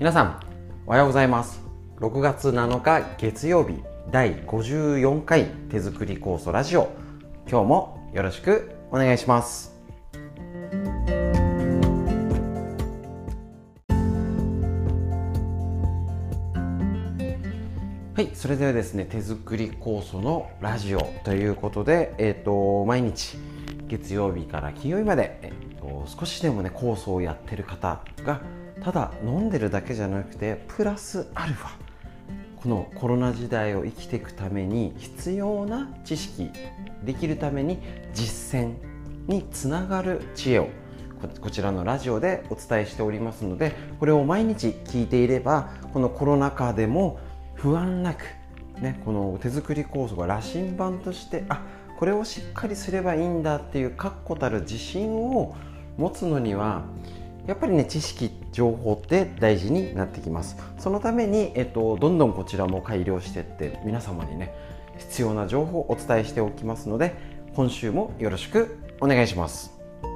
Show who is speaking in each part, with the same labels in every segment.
Speaker 1: 皆さんおはようございます。6月7日月曜日第54回手作り酵素ラジオ、今日もよろしくお願いします。はい、それではですね、手作り酵素のラジオということで、毎日月曜日から金曜日まで、少しでもね酵素をやってる方がただ飲んでるだけじゃなくてプラスアルファ、このコロナ時代を生きていくために必要な知識、できるために実践につながる知恵をこちらのラジオでお伝えしておりますので、これを毎日聞いていればこのコロナ禍でも不安なく、この手作り酵素が羅針盤としてこれをしっかりすればいいんだっていう確固たる自信を持つのにはやっぱりね、知識情報って大事になってきます。そのために、どんどんこちらも改良していって皆様にね必要な情報をお伝えしておきますので、今週もよろしくお願いします。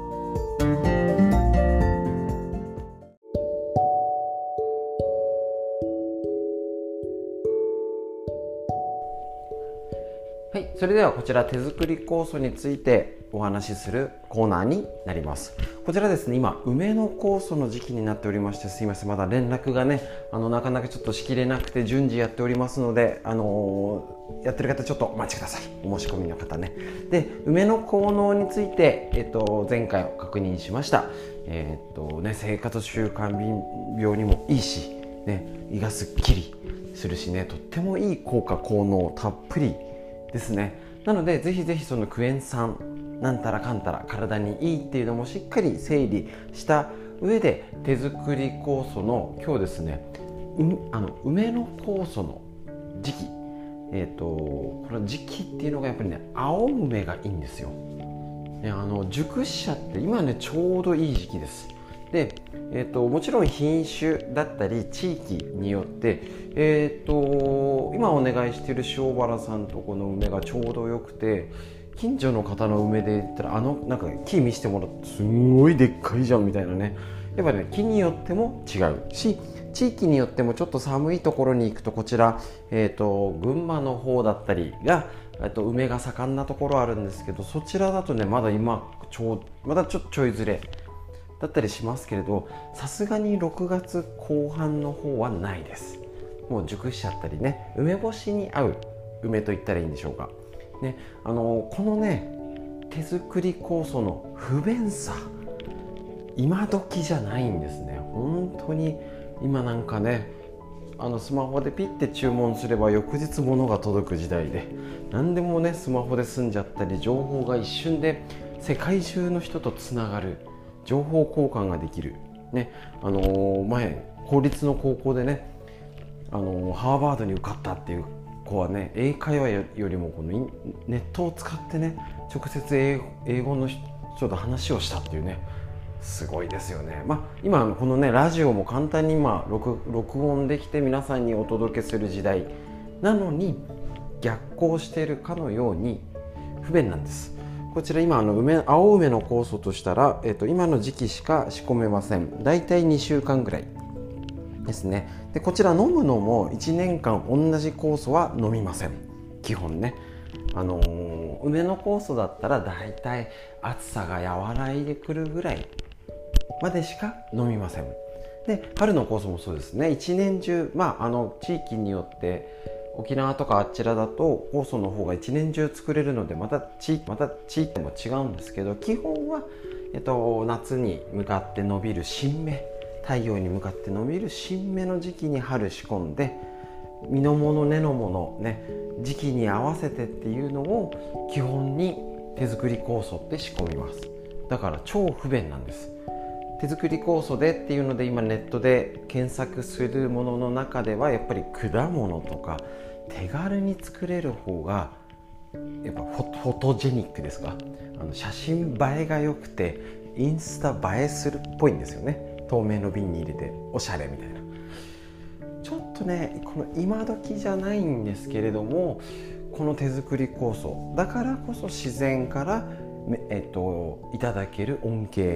Speaker 1: はい、それではこちら手作り酵素についてお話しするコーナーになります。こちらですね、今梅の酵素の時期になっておりまして、すいません、まだ連絡がねなかなかちょっとしきれなくて順次やっておりますので、やってる方ちょっとお待ちください。お申し込みの方ね。で、梅の効能について、前回確認しました。生活習慣病にもいいし、胃がすっきりするしね、とってもいい効能たっぷりですね。なのでぜひぜひそのクエン酸なんたらかんたら体にいいっていうのもしっかり整理した上で、手作り酵素の今日ですね、梅の酵素の時期、この時期っていうのがやっぱりね、青梅がいいんですよ。熟しちゃって今ねちょうどいい時期です。で、もちろん品種だったり地域によって、今お願いしている塩原さんとこの梅がちょうどよくて、近所の方の梅で言ったらなんか木見せてもらってすんごいでっかいじゃんみたいなね、やっぱね木によっても違うし、地域によってもちょっと寒いところに行くと、こちら、群馬の方だったりが梅が盛んなところあるんですけど、そちらだとねまだまだちょいずれだったりしますけれど、さすがに6月後半の方はないです。もう熟しちゃったりね、梅干しに合う梅と言ったらいいんでしょうかね。このね手作り酵素の不便さ、今時じゃないんですね。本当に今なんかね、スマホでピッて注文すれば翌日物が届く時代で、何でもねスマホで済んじゃったり、情報が一瞬で世界中の人とつながる、情報交換ができるね。前公立の高校でね、ハーバードに受かったっていう子はね、英会話よりもこのネットを使ってね直接英語の人と話をしたっていうね、すごいですよね。今このねラジオも簡単に今録音できて皆さんにお届けする時代なのに、逆行しているかのように不便なんです。こちら今青梅の酵素としたら、今の時期しか仕込めません。だいたい2週間ぐらいですね。でこちら飲むのも1年間同じ酵素は飲みません、基本ね。梅の酵素だったらだいたい暑さが和らいでくるぐらいまでしか飲みません。で春の酵素もそうですね。一年中、地域によって沖縄とかあちらだと酵素の方が一年中作れるので、また地域も違うんですけど、基本は、夏に向かって伸びる新芽、太陽に向かって伸びる新芽の時期に春仕込んで、実のもの根のものね、時期に合わせてっていうのを基本に手作り酵素って仕込みます。だから超不便なんです。手作り酵素でっていうので今ネットで検索するものの中ではやっぱり果物とか手軽に作れる方がやっぱフォトジェニックですか、写真映えが良くてインスタ映えするっぽいんですよね。透明の瓶に入れておしゃれみたいな。ちょっとねこの今時じゃないんですけれども、この手作り酵素だからこそ自然からいただける恩恵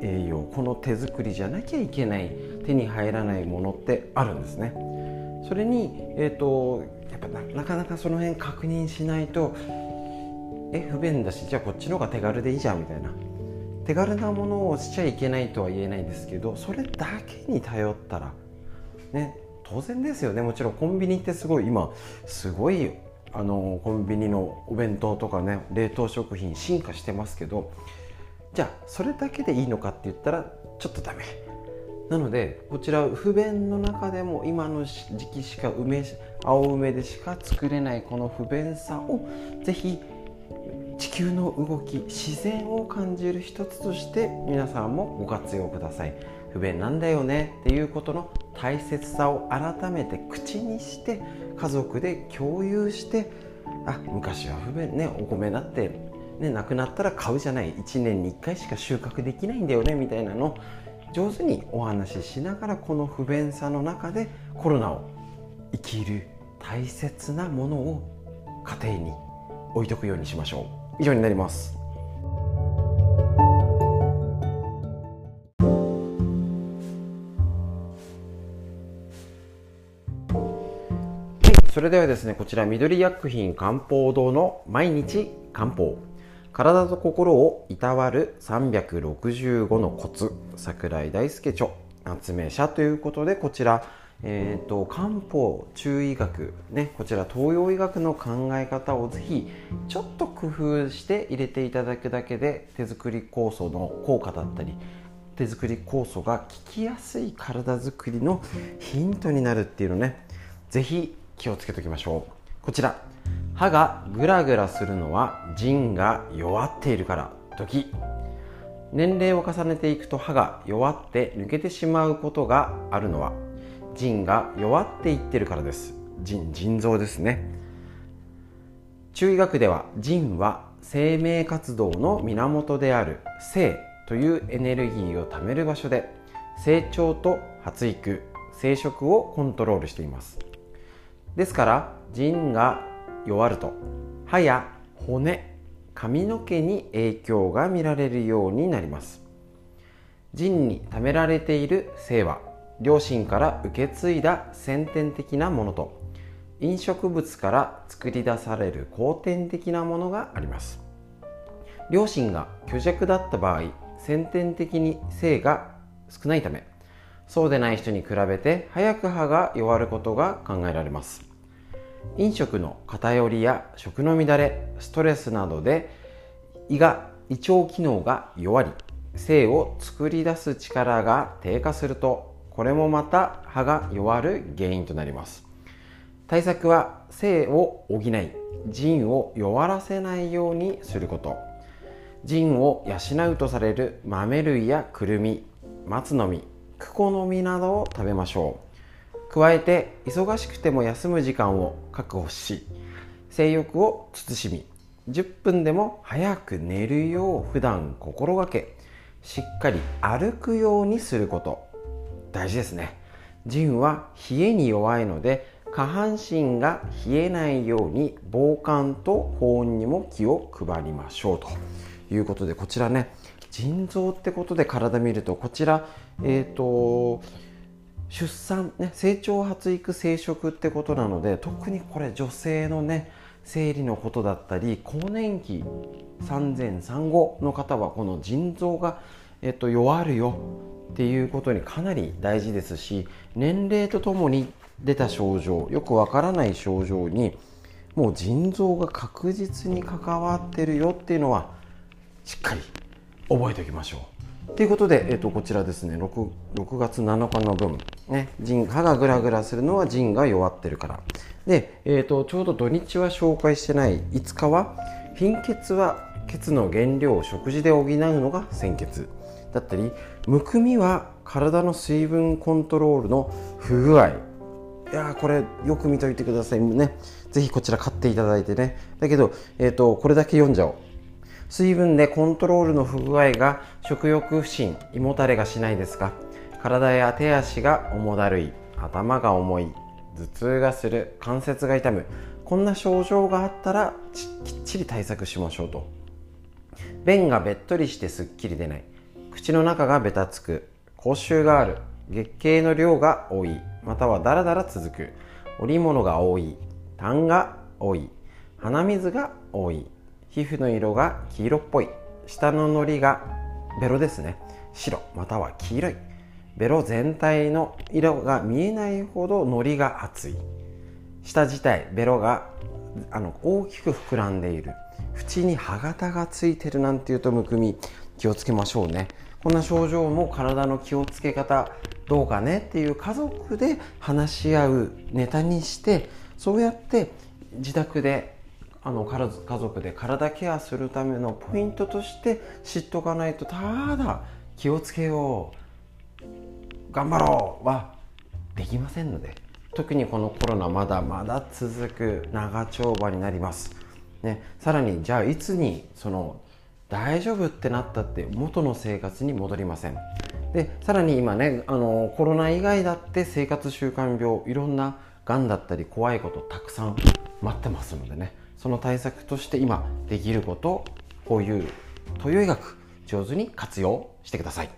Speaker 1: 栄養、この手作りじゃなきゃいけない手に入らないものってあるんですね。それに、やっぱなかなかその辺確認しないと不便だし、じゃあこっちの方が手軽でいいじゃんみたいな、手軽なものをしちゃいけないとは言えないですけど、それだけに頼ったらね、当然ですよね。もちろんコンビニってすごい今すごいコンビニのお弁当とかね、冷凍食品進化してますけど、じゃあそれだけでいいのかって言ったらちょっとダメなので、こちら不便の中でも今の時期しか青梅でしか作れないこの不便さをぜひ地球の動き、自然を感じる一つとして皆さんもご活用ください。不便なんだよねっていうことの大切さを改めて口にして家族で共有して、昔は不便ね、お米だってね、なくなったら買うじゃない、1年に1回しか収穫できないんだよねみたいなのを上手にお話ししながら、この不便さの中でコロナを生きる大切なものを家庭に置いとくようにしましょう。以上になります。それではですね、こちら緑薬品漢方堂の毎日漢方、体と心をいたわる365のコツ、櫻井大輔著発明者ということで、こちら、漢方中医学ね、こちら東洋医学の考え方をぜひちょっと工夫して入れていただくだけで、手作り酵素の効果だったり、手作り酵素が効きやすい体づくりのヒントになるっていうのね、ぜひ気をつけておきましょう。こちら、歯がグラグラするのは腎が弱っているから時。年齢を重ねていくと歯が弱って抜けてしまうことがあるのは腎が弱っていってるからです。腎臓ですね。中医学では腎は生命活動の源である生というエネルギーを貯める場所で、成長と発育、生殖をコントロールしています。ですから腎が弱ると歯や骨、髪の毛に影響が見られるようになります。腎に貯められている精は両親から受け継いだ先天的なものと飲食物から作り出される後天的なものがあります。両親が虚弱だった場合、先天的に精が少ないため、そうでない人に比べて早く歯が弱ることが考えられます。飲食の偏りや食の乱れ、ストレスなどで胃腸機能が弱り、精を作り出す力が低下すると、これもまた歯が弱る原因となります。対策は精を補い、腎を弱らせないようにすること。腎を養うとされる豆類やくるみ、松の実、クコの実などを食べましょう。加えて忙しくても休む時間を確保し、性欲を慎み、10分でも早く寝るよう普段心がけ、しっかり歩くようにすること大事ですね。腎は冷えに弱いので、下半身が冷えないように防寒と保温にも気を配りましょうということで、こちらね、腎臓ってことで体見ると、こちら出産、ね、成長発育生殖ってことなので、特にこれ女性のね、生理のことだったり更年期、産前産後の方はこの腎臓が、弱るよっていうことにかなり大事ですし、年齢とともに出た症状、よくわからない症状にもう腎臓が確実に関わってるよっていうのはしっかり覚えておきましょうということで、こちらですね、6月7日の分、ね、歯がグラグラするのは腎が弱ってるからで、ちょうど土日は紹介してない5日は貧血は血の原料を食事で補うのが鮮血だったり、むくみは体の水分コントロールの不具合。いやー、これよく見といてくださいね。ぜひこちら買っていただいてね。だけど、これだけ読んじゃおう。水分でコントロールの不具合が食欲不振、胃もたれがしないですか？体や手足が重だるい、頭が重い、頭痛がする、関節が痛む、こんな症状があったらきっちり対策しましょうと。便がべっとりしてすっきり出ない、口口の中がベタつく、口臭がある、月経の量が多い、またはだらだら続く、織物が多い、痰が多い、鼻水が多い、皮膚の色が黄色っぽい、舌ののりがベロですね、白または黄色い、ベロ全体の色が見えないほどのりが厚い、舌自体ベロが大きく膨らんでいる、縁に歯型がついてるなんていうとむくみ気をつけましょうね。こんな症状も体の気をつけ方どうかねっていう家族で話し合うネタにして、そうやって自宅で家族で体ケアするためのポイントとして知っとかないと、ただ気をつけよう頑張ろうはできませんので、特にこのコロナまだまだ続く長丁場になりますね。さらにじゃあいつに大丈夫ってなったって元の生活に戻りません。でさらに今ねコロナ以外だって生活習慣病、いろんながんだったり怖いことたくさん待ってますのでね、その対策として今できること、こういう東洋医学上手に活用してください。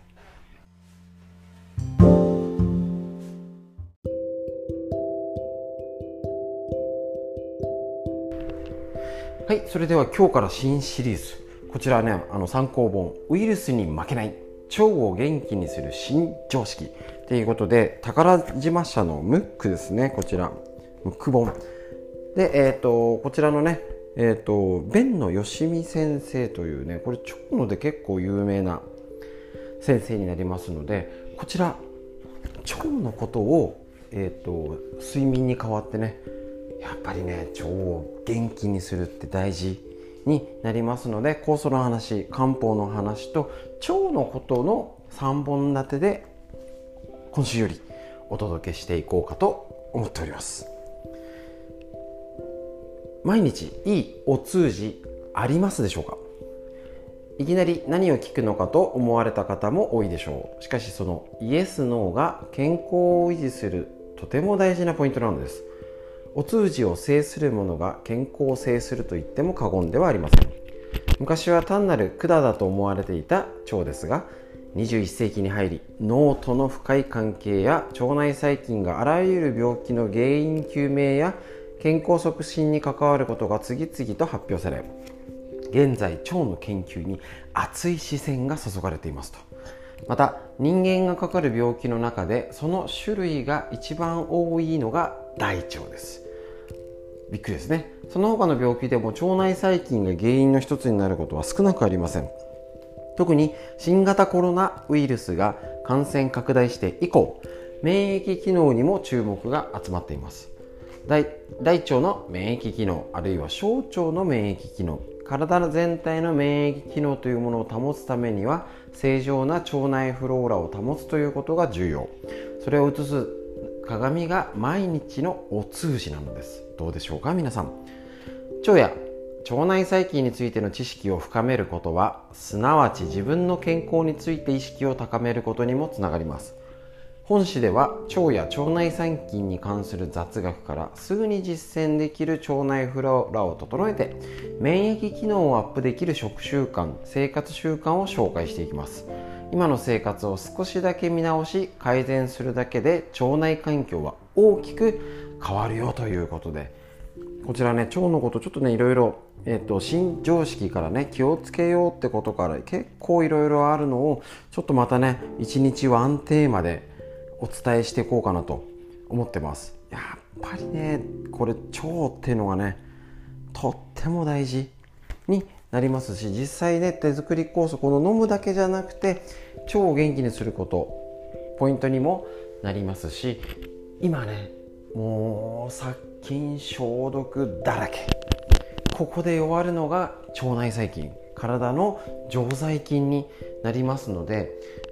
Speaker 1: はい、それでは今日から新シリーズ、こちらはね参考本、ウイルスに負けない腸を元気にする新常識ということで、宝島社のムックですね、こちらムック本で、こちらのね辨野義美先生というね、これ腸ので結構有名な先生になりますので、こちら腸のことを、睡眠に代わってね、やっぱりね腸を元気にするって大事になりますので、酵素の話、漢方の話と腸のことの3本立てで今週よりお届けしていこうかと思っております。毎日いいお通じありますでしょうか。いきなり何を聞くのかと思われた方も多いでしょう。しかしそのイエス・ノーが健康を維持するとても大事なポイントなのです。お通じを制する者が健康を制すると言っても過言ではありません。昔は単なる管だと思われていた腸ですが、21世紀に入り脳との深い関係や腸内細菌があらゆる病気の原因究明や健康促進に関わることが次々と発表され、現在腸の研究に熱い視線が注がれていますと。また人間がかかる病気の中でその種類が一番多いのが大腸です。びっくりですね。その他の病気でも腸内細菌が原因の一つになることは少なくありません。特に新型コロナウイルスが感染拡大して以降、免疫機能にも注目が集まっています。大腸の免疫機能、あるいは小腸の免疫機能、体全体の免疫機能というものを保つためには、正常な腸内フローラを保つということが重要。それを映す鏡が毎日のお通じなのです。どうでしょうか皆さん。腸や腸内細菌についての知識を深めることは、すなわち自分の健康について意識を高めることにもつながります。本誌では腸や腸内細菌に関する雑学からすぐに実践できる腸内フローラを整えて免疫機能をアップできる食習慣、生活習慣を紹介していきます。今の生活を少しだけ見直し改善するだけで腸内環境は大きく変わるよということで、こちらね腸のことちょっとねいろいろ新常識からね気をつけようってことから結構いろいろあるのをちょっとまたね1日ワンテーマでお伝えしていこうかなと思ってます。やっぱりねこれ腸っていうのがねとっても大事になりますし、実際ね手作り酵素この飲むだけじゃなくて腸を元気にすることポイントにもなりますし、今ねもう殺菌消毒だらけ、ここで弱るのが腸内細菌、体の常在菌になりますので、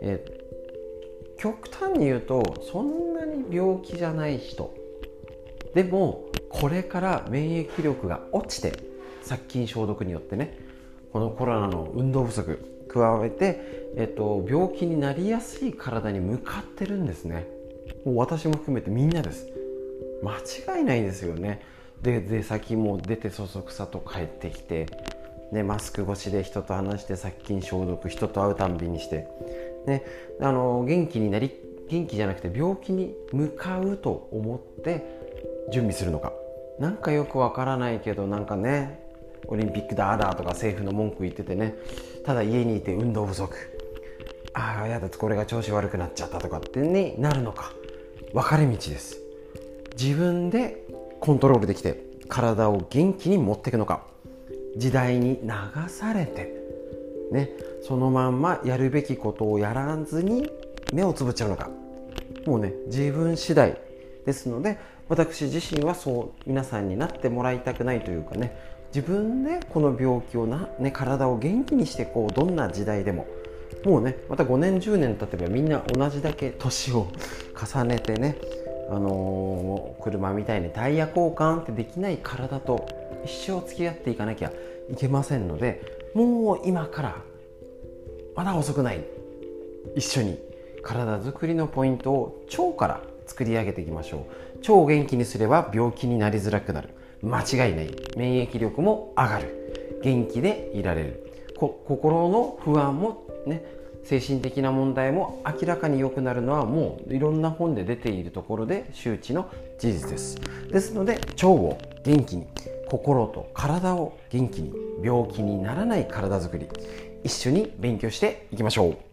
Speaker 1: 極端に言うとそんなに病気じゃない人でもこれから免疫力が落ちて殺菌消毒によってねこのコロナの運動不足加えて、病気になりやすい体に向かってるんですね。もう私も含めてみんなです。間違いないですよね。で先も出てそそくさと帰ってきてね、マスク越しで人と話して殺菌消毒、人と会うたんびにして、ね、元気じゃなくて病気に向かうと思って準備するのか、なんかよくわからないけど、なんかね、オリンピックだとか政府の文句言っててね、ただ家にいて運動不足、やだ、これが調子悪くなっちゃったとかってになるのか、分かれ道です。自分でコントロールできて体を元気に持っていくのか、時代に流されてね、そのまんまやるべきことをやらずに目をつぶっちゃうのか、もうね、自分次第ですので、私自身はそう皆さんになってもらいたくないというかね、自分でこの病気を体を元気にしてどんな時代でも、もうね、また5年10年経てばみんな同じだけ年を重ねてね、車みたいにタイヤ交換ってできない体と一生付き合っていかなきゃいけませんので、もう今からまだ遅くない、一緒に体づくりのポイントを腸から作り上げていきましょう。腸を元気にすれば病気になりづらくなる、間違いない。免疫力も上がる、元気でいられる、心の不安もね、精神的な問題も明らかに良くなるのはもういろんな本で出ているところで周知の事実です。ですので、腸を元気に、心と体を元気に、病気にならない体づくり、一緒に勉強していきましょう。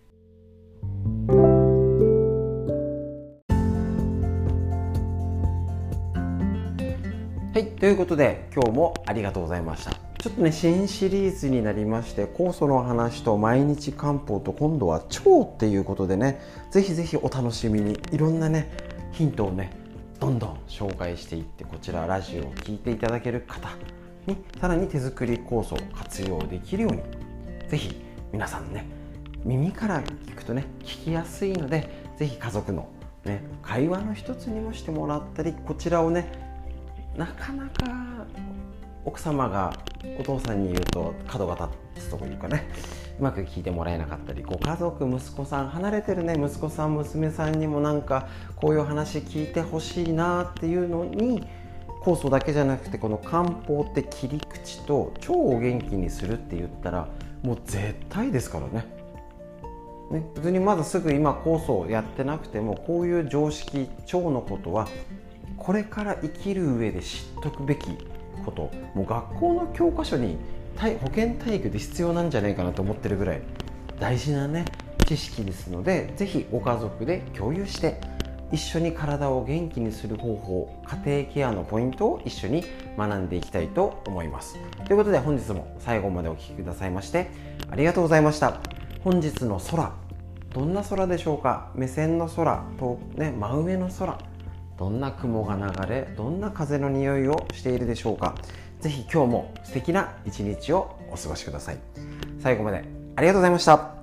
Speaker 1: はい、ということで今日もありがとうございました。ちょっとね、新シリーズになりまして、酵素の話と毎日漢方と、今度は腸っていうことでね、ぜひぜひお楽しみに。いろんなねヒントをねどんどん紹介していって、こちらラジオを聞いていただける方にさらに手作り酵素を活用できるように、ぜひ皆さんね、耳から聞くとね聞きやすいので、ぜひ家族のね会話の一つにもしてもらったり、こちらをね、なかなか奥様がお父さんに言うと角が立つというかね、うまく聞いてもらえなかったり、ご家族、息子さん、離れてるね息子さん娘さんにもなんかこういう話聞いてほしいなっていうのに、酵素だけじゃなくてこの漢方って切り口と腸を元気にするって言ったらもう絶対ですからね。別にまだすぐ今酵素やってなくても、こういう常識、腸のことはこれから生きる上で知っとくべきこと、もう学校の教科書に保健体育で必要なんじゃないかなと思ってるぐらい大事なね知識ですので、ぜひご家族で共有して一緒に体を元気にする方法、家庭ケアのポイントを一緒に学んでいきたいと思います。ということで、本日も最後までお聞きくださいましてありがとうございました。本日の空、どんな空でしょうか。目線の空と、ね、真上の空、どんな雲が流れ、どんな風の匂いをしているでしょうか。ぜひ今日も素敵な一日をお過ごしください。最後までありがとうございました。